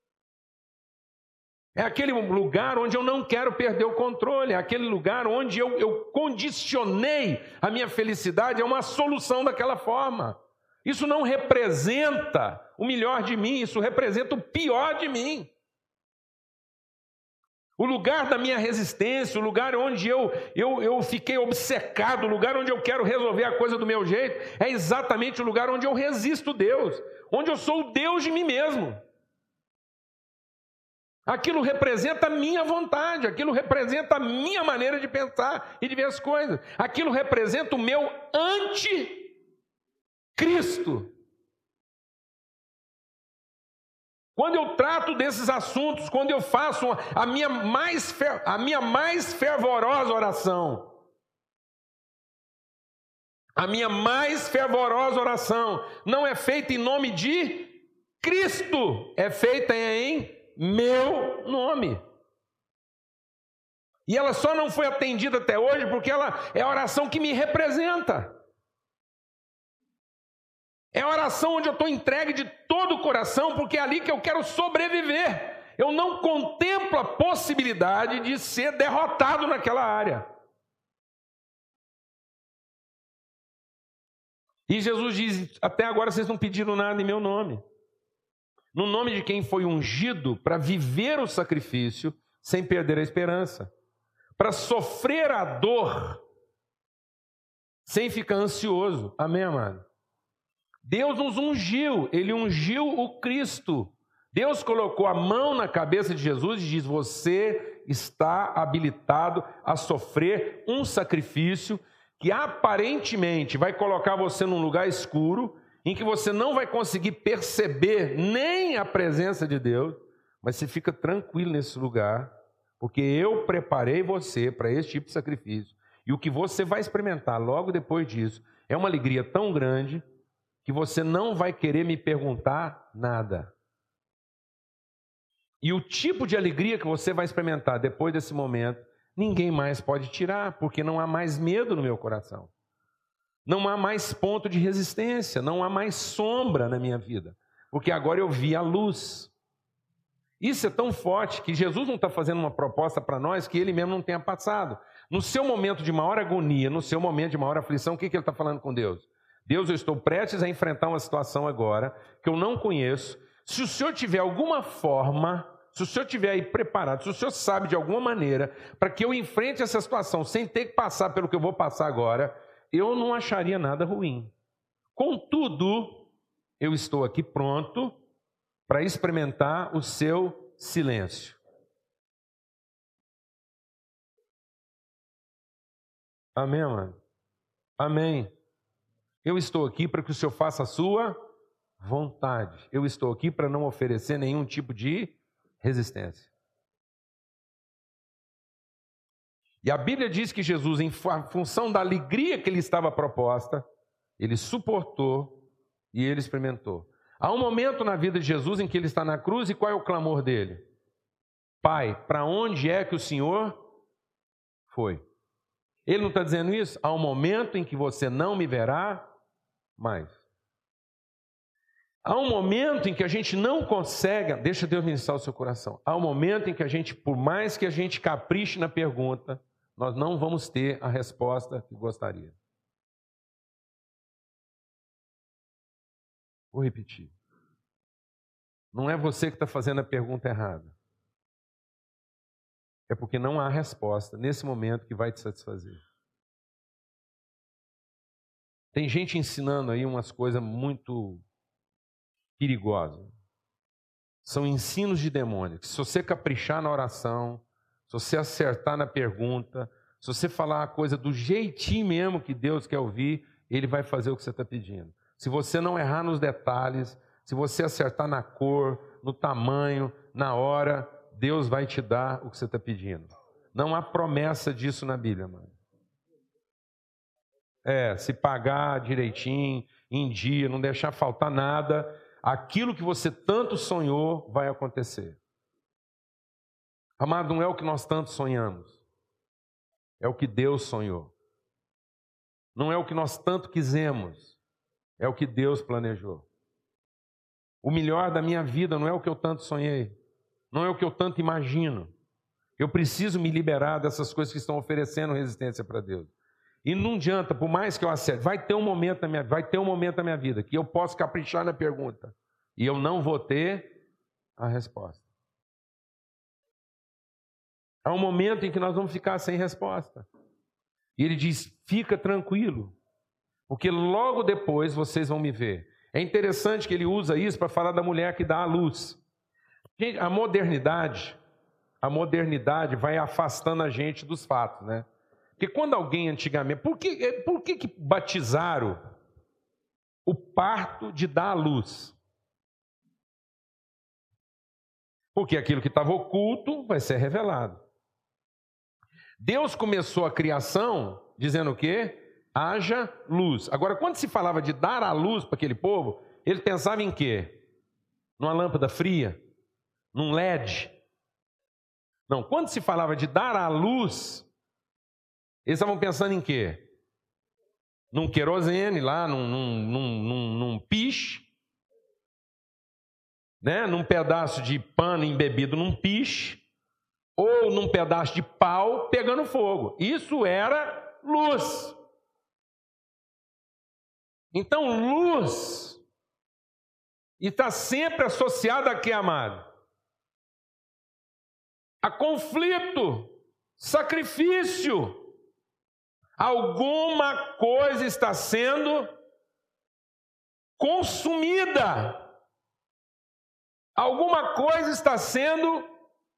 [SPEAKER 1] É aquele lugar onde eu não quero perder o controle, é aquele lugar onde eu condicionei a minha felicidade a uma solução daquela forma. Isso não representa o melhor de mim, isso representa o pior de mim. O lugar da minha resistência, o lugar onde eu fiquei obcecado, o lugar onde eu quero resolver a coisa do meu jeito, é exatamente o lugar onde eu resisto Deus, onde eu sou o Deus de mim mesmo. Aquilo representa a minha vontade, aquilo representa a minha maneira de pensar e de ver as coisas. Aquilo representa o meu anticristo. Quando eu trato desses assuntos, quando eu faço a minha mais fervorosa oração, a minha mais fervorosa oração não é feita em nome de Cristo, é feita em meu nome. E ela só não foi atendida até hoje porque ela é a oração que me representa. É a oração onde eu estou entregue de todo o coração, porque é ali que eu quero sobreviver. Eu não contemplo a possibilidade de ser derrotado naquela área. E Jesus diz, até agora vocês não pediram nada em meu nome. No nome de quem foi ungido para viver o sacrifício sem perder a esperança. Para sofrer a dor sem ficar ansioso. Amém, amado? Deus nos ungiu, Ele ungiu o Cristo. Deus colocou a mão na cabeça de Jesus e diz, você está habilitado a sofrer um sacrifício que aparentemente vai colocar você num lugar escuro, em que você não vai conseguir perceber nem a presença de Deus, mas você fica tranquilo nesse lugar, porque eu preparei você para esse tipo de sacrifício. E o que você vai experimentar logo depois disso é uma alegria tão grande que você não vai querer me perguntar nada. E o tipo de alegria que você vai experimentar depois desse momento, ninguém mais pode tirar, porque não há mais medo no meu coração. Não há mais ponto de resistência, não há mais sombra na minha vida, porque agora eu vi a luz. Isso é tão forte que Jesus não está fazendo uma proposta para nós que Ele mesmo não tenha passado. No seu momento de maior agonia, no seu momento de maior aflição, o que Ele está falando com Deus? Deus, eu estou prestes a enfrentar uma situação agora que eu não conheço. Se o Senhor tiver alguma forma, se o Senhor tiver aí preparado, se o Senhor sabe de alguma maneira para que eu enfrente essa situação sem ter que passar pelo que eu vou passar agora, eu não acharia nada ruim. Contudo, eu estou aqui pronto para experimentar o seu silêncio. Amém, mano? Amém. Eu estou aqui para que o Senhor faça a sua vontade. Eu estou aqui para não oferecer nenhum tipo de resistência. E a Bíblia diz que Jesus, em função da alegria que lhe estava proposta, ele suportou e ele experimentou. Há um momento na vida de Jesus em que ele está na cruz e qual é o clamor dele? Pai, para onde é que o Senhor foi? Ele não está dizendo isso? Há um momento em que você não me verá mais. Há um momento em que a gente não consegue, deixa Deus ministrar o seu coração. Há um momento em que a gente, por mais que a gente capriche na pergunta, nós não vamos ter a resposta que gostaria. Vou repetir. Não é você que está fazendo a pergunta errada. É porque não há resposta nesse momento que vai te satisfazer. Tem gente ensinando aí umas coisas muito perigosas. São ensinos de demônio. Se você caprichar na oração, se você acertar na pergunta, se você falar a coisa do jeitinho mesmo que Deus quer ouvir, Ele vai fazer o que você está pedindo. Se você não errar nos detalhes, se você acertar na cor, no tamanho, na hora, Deus vai te dar o que você está pedindo. Não há promessa disso na Bíblia, mano. Se pagar direitinho, em dia, não deixar faltar nada, aquilo que você tanto sonhou vai acontecer. Amado, não é o que nós tanto sonhamos. É o que Deus sonhou. Não é o que nós tanto quisemos. É o que Deus planejou. O melhor da minha vida não é o que eu tanto sonhei. Não é o que eu tanto imagino. Eu preciso me liberar dessas coisas que estão oferecendo resistência para Deus. E não adianta, por mais que eu acerte, vai ter um momento na minha vida que eu posso caprichar na pergunta e eu não vou ter a resposta. Há um momento em que nós vamos ficar sem resposta. E ele diz, fica tranquilo, porque logo depois vocês vão me ver. É interessante que ele usa isso para falar da mulher que dá à luz. Gente, a modernidade vai afastando a gente dos fatos, né? Porque quando alguém antigamente... Por que batizaram o parto de dar à luz? Porque aquilo que estava oculto vai ser revelado. Deus começou a criação dizendo o quê? Haja luz. Agora, quando se falava de dar à luz para aquele povo, ele pensava em quê? Numa lâmpada fria? Num LED? Não, quando se falava de dar à luz, eles estavam pensando em quê? Num querosene lá, num piche, né? Num pedaço de pano embebido num piche, ou num pedaço de pau pegando fogo. Isso era luz. Então, luz está sempre associada a quê, amado? A conflito, sacrifício. Alguma coisa está sendo consumida. Alguma coisa está sendo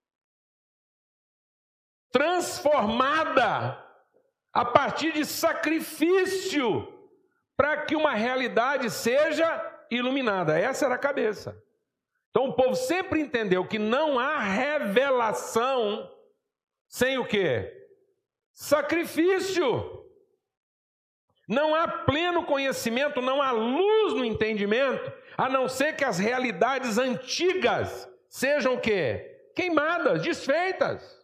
[SPEAKER 1] transformada a partir de sacrifício para que uma realidade seja iluminada. Essa era a cabeça. Então o povo sempre entendeu que não há revelação sem o quê? Sacrifício. Não há pleno conhecimento, não há luz no entendimento, a não ser que as realidades antigas sejam o quê? Queimadas, desfeitas.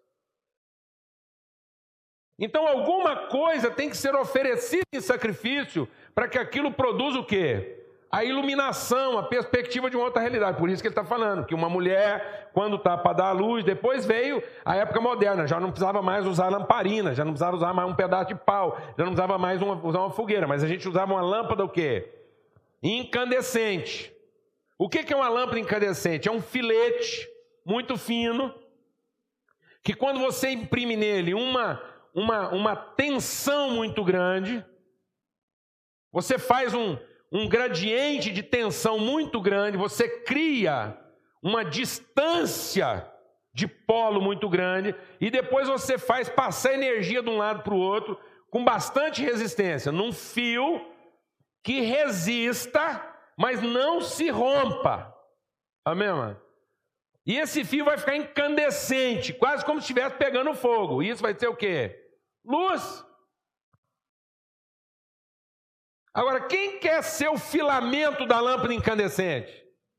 [SPEAKER 1] Então alguma coisa tem que ser oferecida em sacrifício para que aquilo produza o quê? A iluminação, a perspectiva de uma outra realidade. Por isso que ele está falando, que uma mulher, quando está para dar a luz, depois veio a época moderna, já não precisava mais usar lamparina, já não precisava usar mais um pedaço de pau, já não precisava mais usar uma fogueira, mas a gente usava uma lâmpada o quê? Incandescente. O que é uma lâmpada incandescente? É um filete muito fino, que quando você imprime nele uma tensão muito grande, você faz um gradiente de tensão muito grande, você cria uma distância de polo muito grande e depois você faz passar energia de um lado para o outro com bastante resistência, num fio que resista, mas não se rompa. Amém, mano? E esse fio vai ficar incandescente, quase como se estivesse pegando fogo. E isso vai ser o quê? Luz. Agora, quem quer ser o filamento da lâmpada incandescente?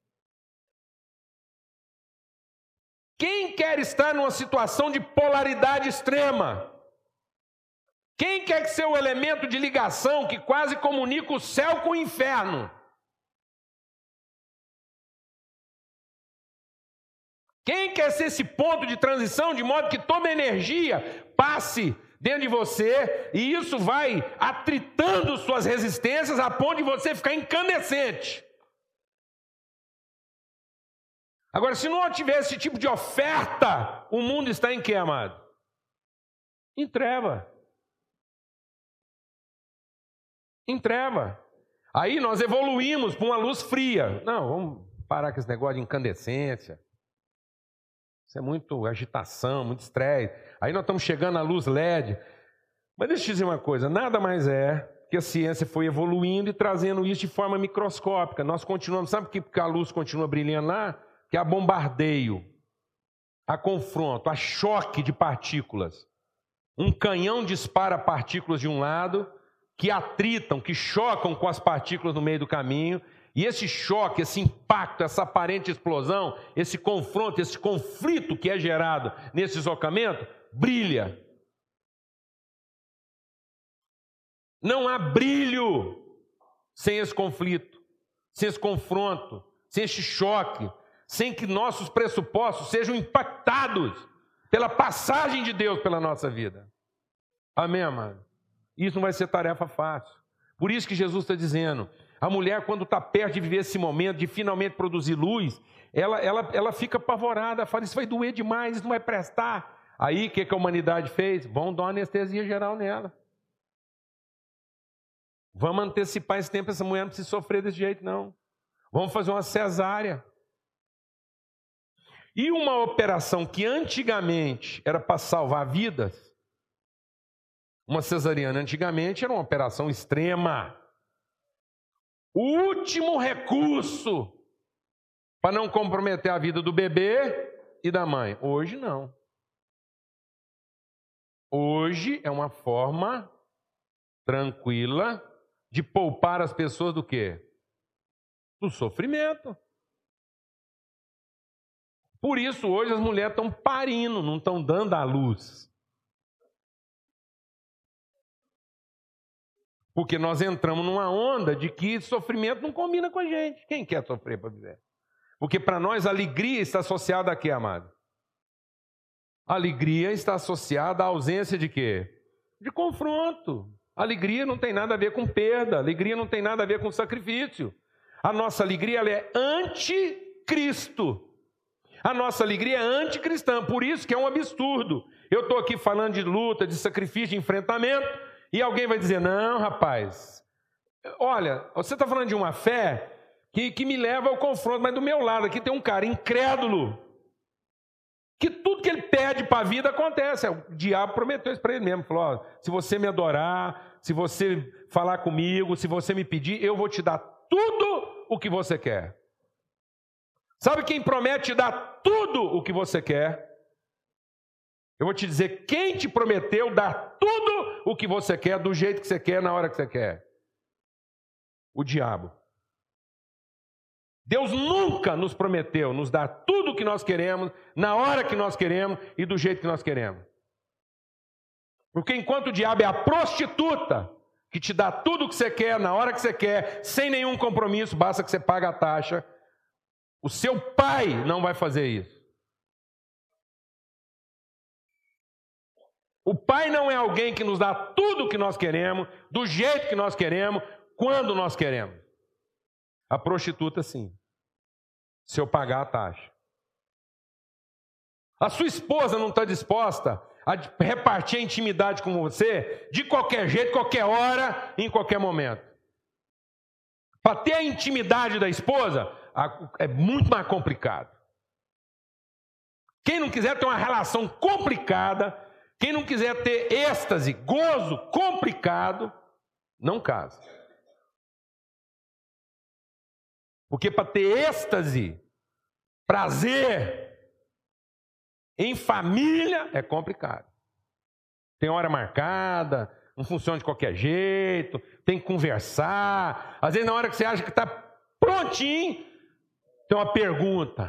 [SPEAKER 1] Quem quer estar numa situação de polaridade extrema? Quem quer ser o elemento de ligação que quase comunica o céu com o inferno? Quem quer ser esse ponto de transição de modo que toda energia passe dentro de você e isso vai atritando suas resistências a ponto de você ficar incandescente? Agora, se não tiver esse tipo de oferta, o mundo está em quê, amado? Em treva. Em treva. Aí nós evoluímos para uma luz fria. Não, vamos parar com esse negócio de incandescência. Isso é muito agitação, muito estresse. Aí nós estamos chegando à luz LED. Mas deixa eu te dizer uma coisa, nada mais é que a ciência foi evoluindo e trazendo isso de forma microscópica. Nós continuamos, sabe por que a luz continua brilhando lá? Que há bombardeio, há confronto, há choque de partículas. Um canhão dispara partículas de um lado, que atritam, que chocam com as partículas no meio do caminho, e esse choque, esse impacto, essa aparente explosão, esse confronto, esse conflito que é gerado nesse deslocamento, brilha. Não há brilho sem esse conflito, sem esse confronto, sem esse choque, sem que nossos pressupostos sejam impactados pela passagem de Deus pela nossa vida. Amém, amado? Isso não vai ser tarefa fácil. Por isso que Jesus está dizendo, a mulher quando está perto de viver esse momento, de finalmente produzir luz, ela fica apavorada, fala, isso vai doer demais, isso não vai prestar. Aí, o que a humanidade fez? Vão dar uma anestesia geral nela. Vamos antecipar esse tempo, essa mulher não precisa sofrer desse jeito, não. Vamos fazer uma cesárea. E uma operação que antigamente era para salvar vidas, uma cesariana antigamente era uma operação extrema. O último recurso para não comprometer a vida do bebê e da mãe. Hoje não. Hoje é uma forma tranquila de poupar as pessoas do quê? Do sofrimento. Por isso hoje as mulheres estão parindo, não estão dando à luz. Porque nós entramos numa onda de que sofrimento não combina com a gente. Quem quer sofrer para viver? Porque para nós a alegria está associada a quê, amado? A alegria está associada à ausência de quê? De confronto. A alegria não tem nada a ver com perda. A alegria não tem nada a ver com sacrifício. A nossa alegria ela é anticristo. A nossa alegria é anticristã. Por isso que é um absurdo. Eu estou aqui falando de luta, de sacrifício, de enfrentamento. E alguém vai dizer, não, rapaz, olha, você está falando de uma fé que me leva ao confronto, mas do meu lado aqui tem um cara incrédulo, que tudo que ele pede para a vida acontece. O diabo prometeu isso para ele mesmo, falou, ó, se você me adorar, se você falar comigo, se você me pedir, eu vou te dar tudo o que você quer. Sabe quem promete te dar tudo o que você quer? Eu vou te dizer, quem te prometeu dar tudo o que você quer, do jeito que você quer, na hora que você quer? O diabo. Deus nunca nos prometeu nos dar tudo o que nós queremos, na hora que nós queremos e do jeito que nós queremos. Porque enquanto o diabo é a prostituta, que te dá tudo o que você quer, na hora que você quer, sem nenhum compromisso, basta que você pague a taxa, o seu pai não vai fazer isso. O pai não é alguém que nos dá tudo o que nós queremos, do jeito que nós queremos, quando nós queremos. A prostituta, sim. Se eu pagar a taxa. A sua esposa não está disposta a repartir a intimidade com você de qualquer jeito, qualquer hora, em qualquer momento. Para ter a intimidade da esposa, é muito mais complicado. Quem não quiser ter uma relação complicada, quem não quiser ter êxtase, gozo complicado, não casa. Porque para ter êxtase, prazer em família é complicado. Tem hora marcada, não funciona de qualquer jeito, tem que conversar. Às vezes, na hora que você acha que está prontinho, tem uma pergunta.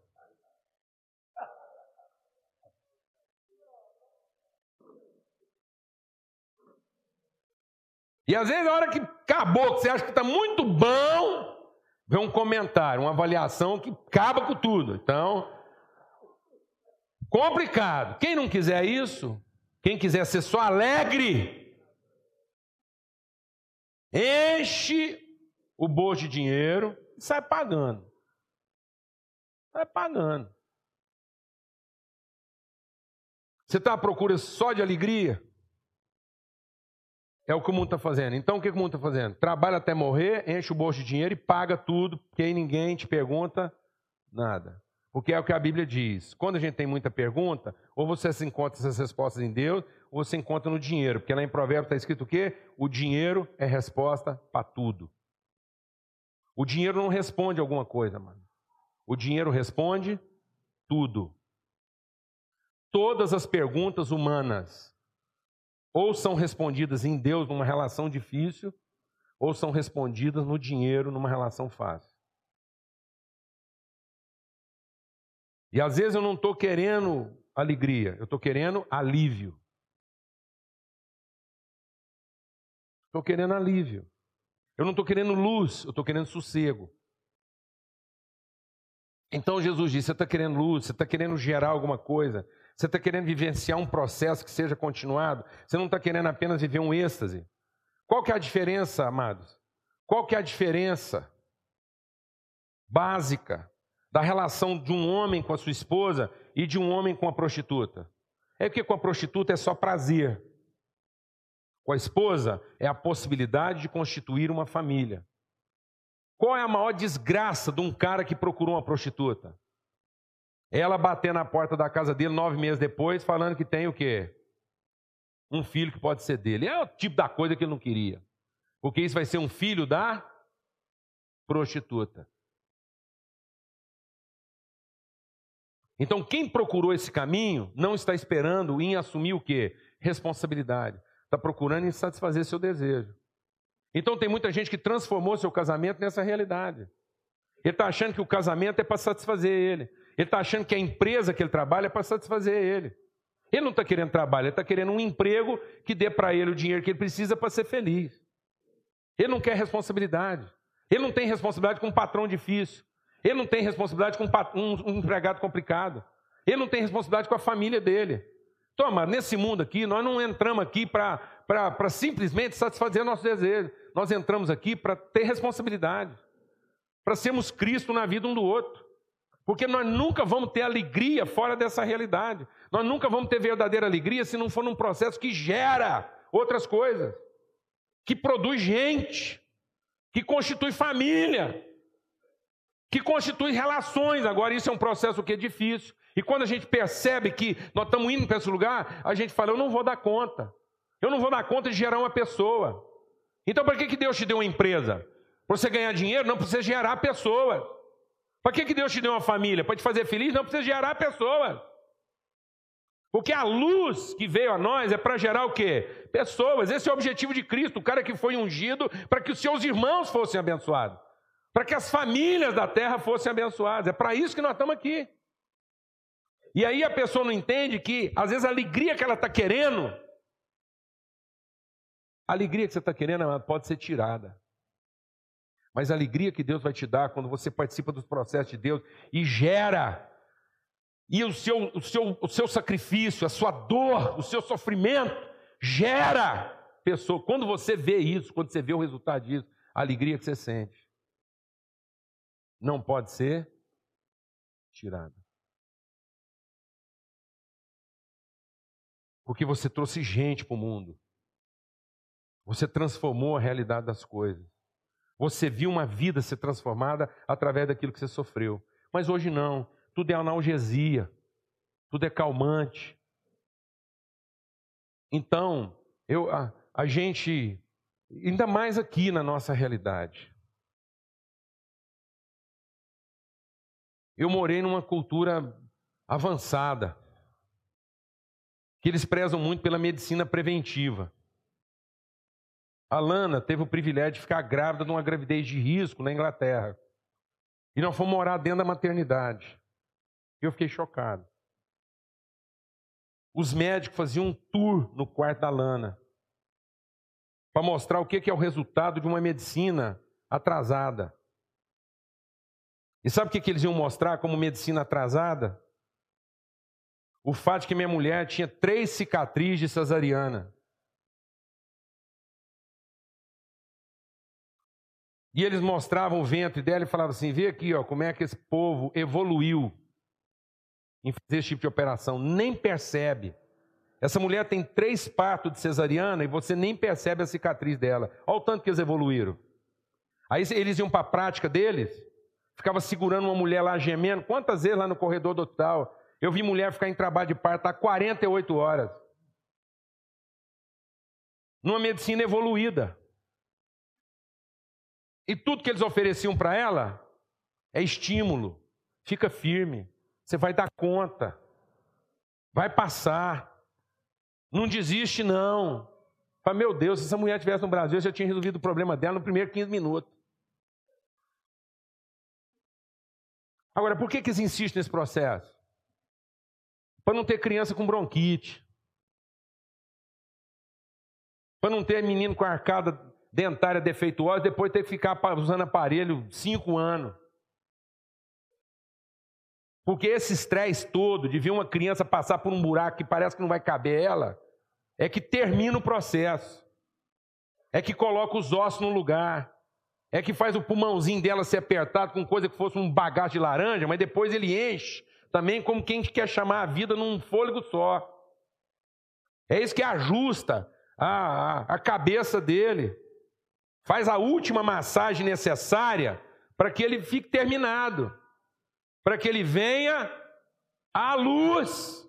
[SPEAKER 1] E às vezes, na hora que acabou, que você acha que está muito bom, vem um comentário, uma avaliação que acaba com tudo. Então, complicado. Quem não quiser isso, quem quiser ser só alegre, enche o bolso de dinheiro e sai pagando. Sai pagando. Você está à procura só de alegria? É o que o mundo está fazendo. Então, o que o mundo está fazendo? Trabalha até morrer, enche o bolso de dinheiro e paga tudo, porque aí ninguém te pergunta nada. Porque é o que a Bíblia diz. Quando a gente tem muita pergunta, ou você se encontra essas respostas em Deus, ou você encontra no dinheiro. Porque lá em Provérbios está escrito o quê? O dinheiro é resposta para tudo. O dinheiro não responde alguma coisa, mano. O dinheiro responde tudo. Todas as perguntas humanas ou são respondidas em Deus numa relação difícil, ou são respondidas no dinheiro numa relação fácil. E às vezes eu não estou querendo alegria, eu estou querendo alívio. Estou querendo alívio. Eu não estou querendo luz, eu estou querendo sossego. Então Jesus disse, você está querendo luz, você está querendo gerar alguma coisa, você está querendo vivenciar um processo que seja continuado, você não está querendo apenas viver um êxtase. Qual que é a diferença, amados? Qual que é a diferença básica da relação de um homem com a sua esposa e de um homem com a prostituta? É que com a prostituta é só prazer. Com a esposa é a possibilidade de constituir uma família. Qual é a maior desgraça de um cara que procurou uma prostituta? Ela bater na porta da casa dele 9 meses depois, falando que tem o quê? Um filho que pode ser dele. É o tipo da coisa que ele não queria. Porque isso vai ser um filho da prostituta. Então, quem procurou esse caminho não está esperando em assumir o quê? Responsabilidade. Está procurando em satisfazer seu desejo. Então, tem muita gente que transformou seu casamento nessa realidade. Ele está achando que o casamento é para satisfazer ele. Ele está achando que a empresa que ele trabalha é para satisfazer ele. Ele não está querendo trabalho, ele está querendo um emprego que dê para ele o dinheiro que ele precisa para ser feliz. Ele não quer responsabilidade. Ele não tem responsabilidade com um patrão difícil. Ele não tem responsabilidade com um empregado complicado. Ele não tem responsabilidade com a família dele. Toma, nesse mundo aqui, nós não entramos aqui para simplesmente satisfazer nossos desejos. Nós entramos aqui para ter responsabilidade. Para sermos Cristo na vida um do outro. Porque nós nunca vamos ter alegria fora dessa realidade. Nós nunca vamos ter verdadeira alegria se não for num processo que gera outras coisas. Que produz gente. Que constitui família. Que constitui relações. Agora, isso é um processo que é difícil. E quando a gente percebe que nós estamos indo para esse lugar, a gente fala, eu não vou dar conta. Eu não vou dar conta de gerar uma pessoa. Então, para que Deus te deu uma empresa? Para você ganhar dinheiro? Não, para você gerar pessoas. Para que Deus te deu uma família? Para te fazer feliz? Não, para você gerar pessoas. Porque a luz que veio a nós é para gerar o quê? Pessoas. Esse é o objetivo de Cristo, o cara que foi ungido para que os seus irmãos fossem abençoados. Para que as famílias da terra fossem abençoadas. É para isso que nós estamos aqui. E aí a pessoa não entende que, às vezes, a alegria que ela está querendo, a alegria que você está querendo, ela pode ser tirada. Mas a alegria que Deus vai te dar quando você participa dos processos de Deus e gera, e o seu sacrifício, a sua dor, o seu sofrimento, gera pessoa. Quando você vê isso, quando você vê o resultado disso, a alegria que você sente não pode ser tirada. Porque você trouxe gente para o mundo. Você transformou a realidade das coisas. Você viu uma vida ser transformada através daquilo que você sofreu. Mas hoje não. Tudo é analgesia. Tudo é calmante. Então, a gente, ainda mais aqui na nossa realidade, eu morei numa cultura avançada. que eles prezam muito pela medicina preventiva. A Lana teve o privilégio de ficar grávida de uma gravidez de risco na Inglaterra. E nós fomos morar dentro da maternidade. E eu fiquei chocado. Os médicos faziam um tour no quarto da Lana para mostrar o que é o resultado de uma medicina atrasada. E sabe o que eles iam mostrar como medicina atrasada? O fato de que minha mulher tinha 3 cicatrizes de cesariana. E eles mostravam o ventre dela e falavam assim, vê aqui, ó, como é que esse povo evoluiu em fazer esse tipo de operação. Nem percebe. Essa mulher tem 3 partos de cesariana e você nem percebe a cicatriz dela. Olha o tanto que eles evoluíram. Aí eles iam para a prática deles, ficava segurando uma mulher lá gemendo. Quantas vezes lá no corredor do hospital eu vi mulher ficar em trabalho de parto há 48 horas. Numa medicina evoluída. E tudo que eles ofereciam para ela é estímulo. Fica firme. Você vai dar conta. Vai passar. Não desiste, não. Fala, meu Deus, se essa mulher estivesse no Brasil, eu já tinha resolvido o problema dela no primeiro 15 minutos. Agora, por que eles insistem nesse processo? Para não ter criança com bronquite. Para não ter menino com arcada dentária defeituosa, depois ter que ficar usando aparelho 5 anos. Porque esse estresse todo de ver uma criança passar por um buraco que parece que não vai caber ela, é que termina o processo. É que coloca os ossos no lugar. É que faz o pulmãozinho dela ser apertado com coisa que fosse um bagaço de laranja, mas depois ele enche também como quem quer chamar a vida num fôlego só. É isso que ajusta a cabeça dele. Faz a última massagem necessária para que ele fique terminado. Para que ele venha à luz.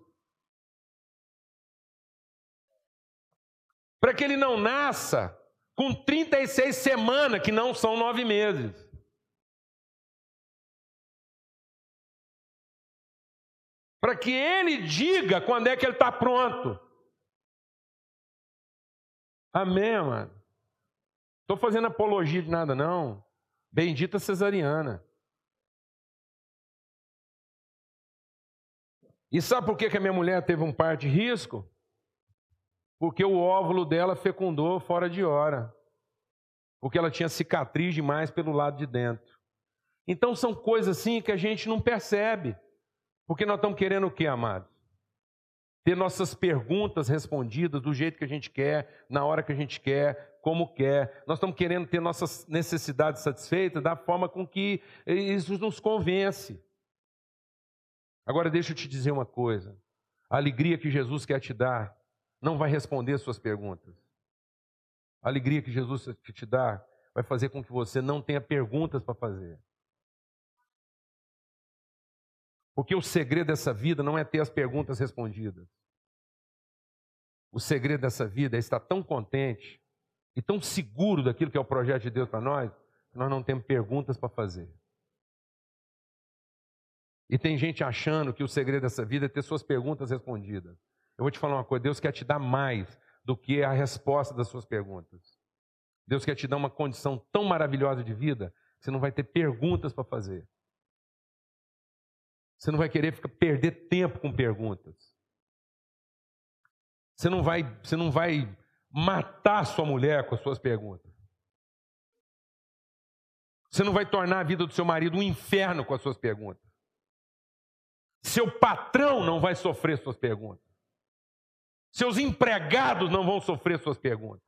[SPEAKER 1] Para que ele não nasça com 36 semanas, que não são 9 meses. Para que ele diga quando é que ele está pronto. Amém, mano? Estou fazendo apologia de nada, não. Bendita cesariana. E sabe por que a minha mulher teve um parto de risco? Porque o óvulo dela fecundou fora de hora. Porque ela tinha cicatriz demais pelo lado de dentro. Então são coisas assim que a gente não percebe. Porque nós estamos querendo o quê, amados? Ter nossas perguntas respondidas do jeito que a gente quer, na hora que a gente quer, como quer. Nós estamos querendo ter nossas necessidades satisfeitas da forma com que isso nos convence. Agora deixa eu te dizer uma coisa. A alegria que Jesus quer te dar não vai responder as suas perguntas. A alegria que Jesus quer te dar vai fazer com que você não tenha perguntas para fazer. Porque o segredo dessa vida não é ter as perguntas respondidas. O segredo dessa vida é estar tão contente e tão seguro daquilo que é o projeto de Deus para nós, que nós não temos perguntas para fazer. E tem gente achando que o segredo dessa vida é ter suas perguntas respondidas. Eu vou te falar uma coisa, Deus quer te dar mais do que a resposta das suas perguntas. Deus quer te dar uma condição tão maravilhosa de vida, que você não vai ter perguntas para fazer. Você não vai querer perder tempo com perguntas. Você não vai matar sua mulher com as suas perguntas. Você não vai tornar a vida do seu marido um inferno com as suas perguntas. Seu patrão não vai sofrer suas perguntas. Seus empregados não vão sofrer suas perguntas.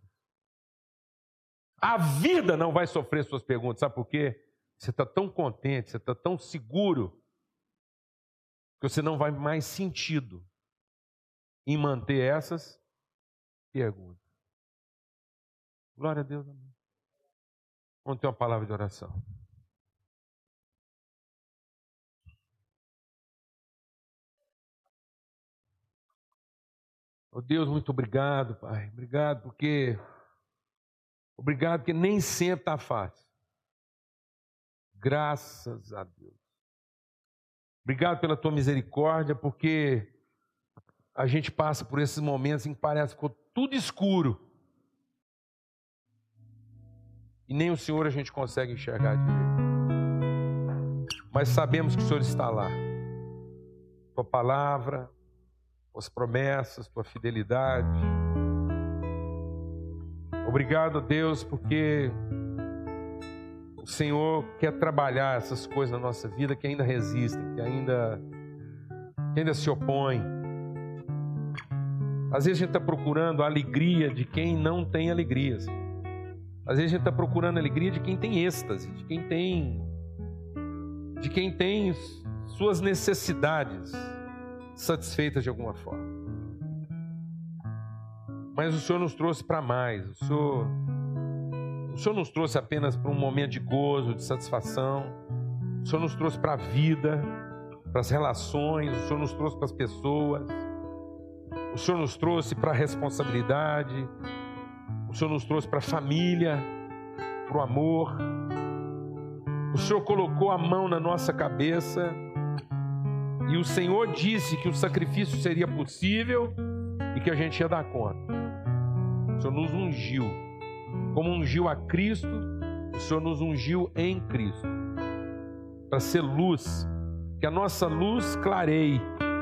[SPEAKER 1] A vida não vai sofrer suas perguntas. Sabe por quê? Você está tão contente, você está tão seguro, que você não vai mais sentido em manter essas perguntas. Glória a Deus, amém. Vamos ter uma palavra de oração. Oh Deus, muito obrigado, Pai. Obrigado porque nem sempre está fácil. Graças a Deus. Obrigado pela tua misericórdia, porque a gente passa por esses momentos em que parece que ficou tudo escuro. E nem o Senhor a gente consegue enxergar direito. Mas sabemos que o Senhor está lá. Tua palavra, tuas promessas, tua fidelidade. Obrigado, Deus, porque o Senhor quer trabalhar essas coisas na nossa vida que ainda resistem, que ainda se opõem. Às vezes a gente está procurando a alegria de quem não tem alegria. Às vezes a gente está procurando a alegria de quem tem êxtase, de quem tem suas necessidades satisfeitas de alguma forma. Mas o Senhor nos trouxe para mais. O Senhor nos trouxe apenas para um momento de gozo, de satisfação. O Senhor nos trouxe para a vida, para as relações. O Senhor nos trouxe para as pessoas. O Senhor nos trouxe para a responsabilidade. O Senhor nos trouxe para a família, para o amor. O Senhor colocou a mão na nossa cabeça e o Senhor disse que o sacrifício seria possível e que a gente ia dar conta. O Senhor nos ungiu. Como ungiu a Cristo, o Senhor nos ungiu em Cristo para ser luz, que a nossa luz clareie.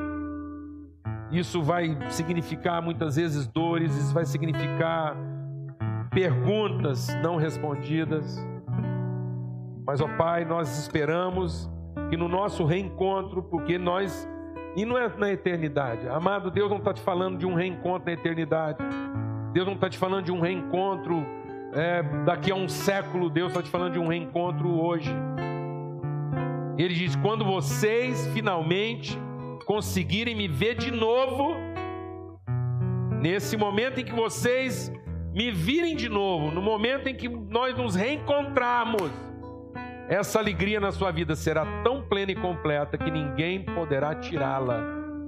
[SPEAKER 1] Isso vai significar muitas vezes dores, isso vai significar perguntas não respondidas. Mas, ó Pai, nós esperamos que no nosso reencontro, porque nós, e não é na eternidade, amado, Deus não está te falando de um reencontro na eternidade, Deus não está te falando de um reencontro daqui a um século, Deus está te falando de um reencontro hoje. Ele diz, quando vocês finalmente conseguirem me ver de novo, nesse momento em que vocês me virem de novo, no momento em que nós nos reencontrarmos, essa alegria na sua vida será tão plena e completa que ninguém poderá tirá-la.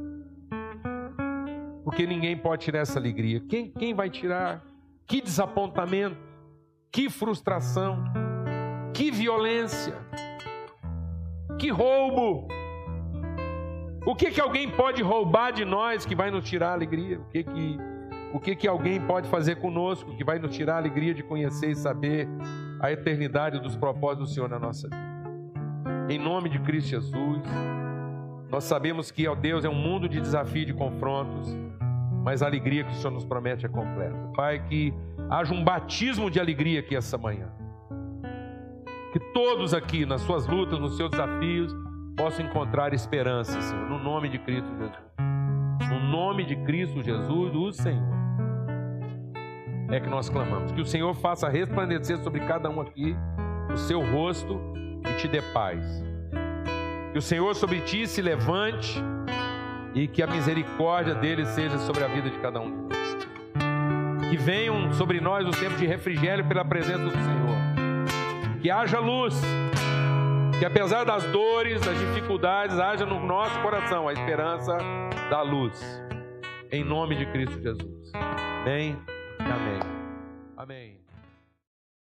[SPEAKER 1] Porque ninguém pode tirar essa alegria. Quem vai tirar? Que desapontamento, que frustração, que violência, que roubo. O que alguém pode roubar de nós que vai nos tirar a alegria? O que alguém pode fazer conosco que vai nos tirar a alegria de conhecer e saber a eternidade dos propósitos do Senhor na nossa vida? Em nome de Cristo Jesus, nós sabemos que, ó Deus, é um mundo de desafio e de confrontos, mas a alegria que o Senhor nos promete é completa. Pai, que haja um batismo de alegria aqui essa manhã. Que todos aqui, nas suas lutas, nos seus desafios, possam encontrar esperança, Senhor, no nome de Cristo Jesus. No nome de Cristo Jesus, o Senhor, é que nós clamamos. Que o Senhor faça resplandecer sobre cada um aqui o seu rosto e te dê paz. Que o Senhor sobre ti se levante e que a misericórdia dele seja sobre a vida de cada um de nós. Que venham sobre nós os tempos de refrigério pela presença do Senhor. Que haja luz. Que apesar das dores, das dificuldades, haja no nosso coração a esperança da luz. Em nome de Cristo Jesus. Amém. Amém. Amém.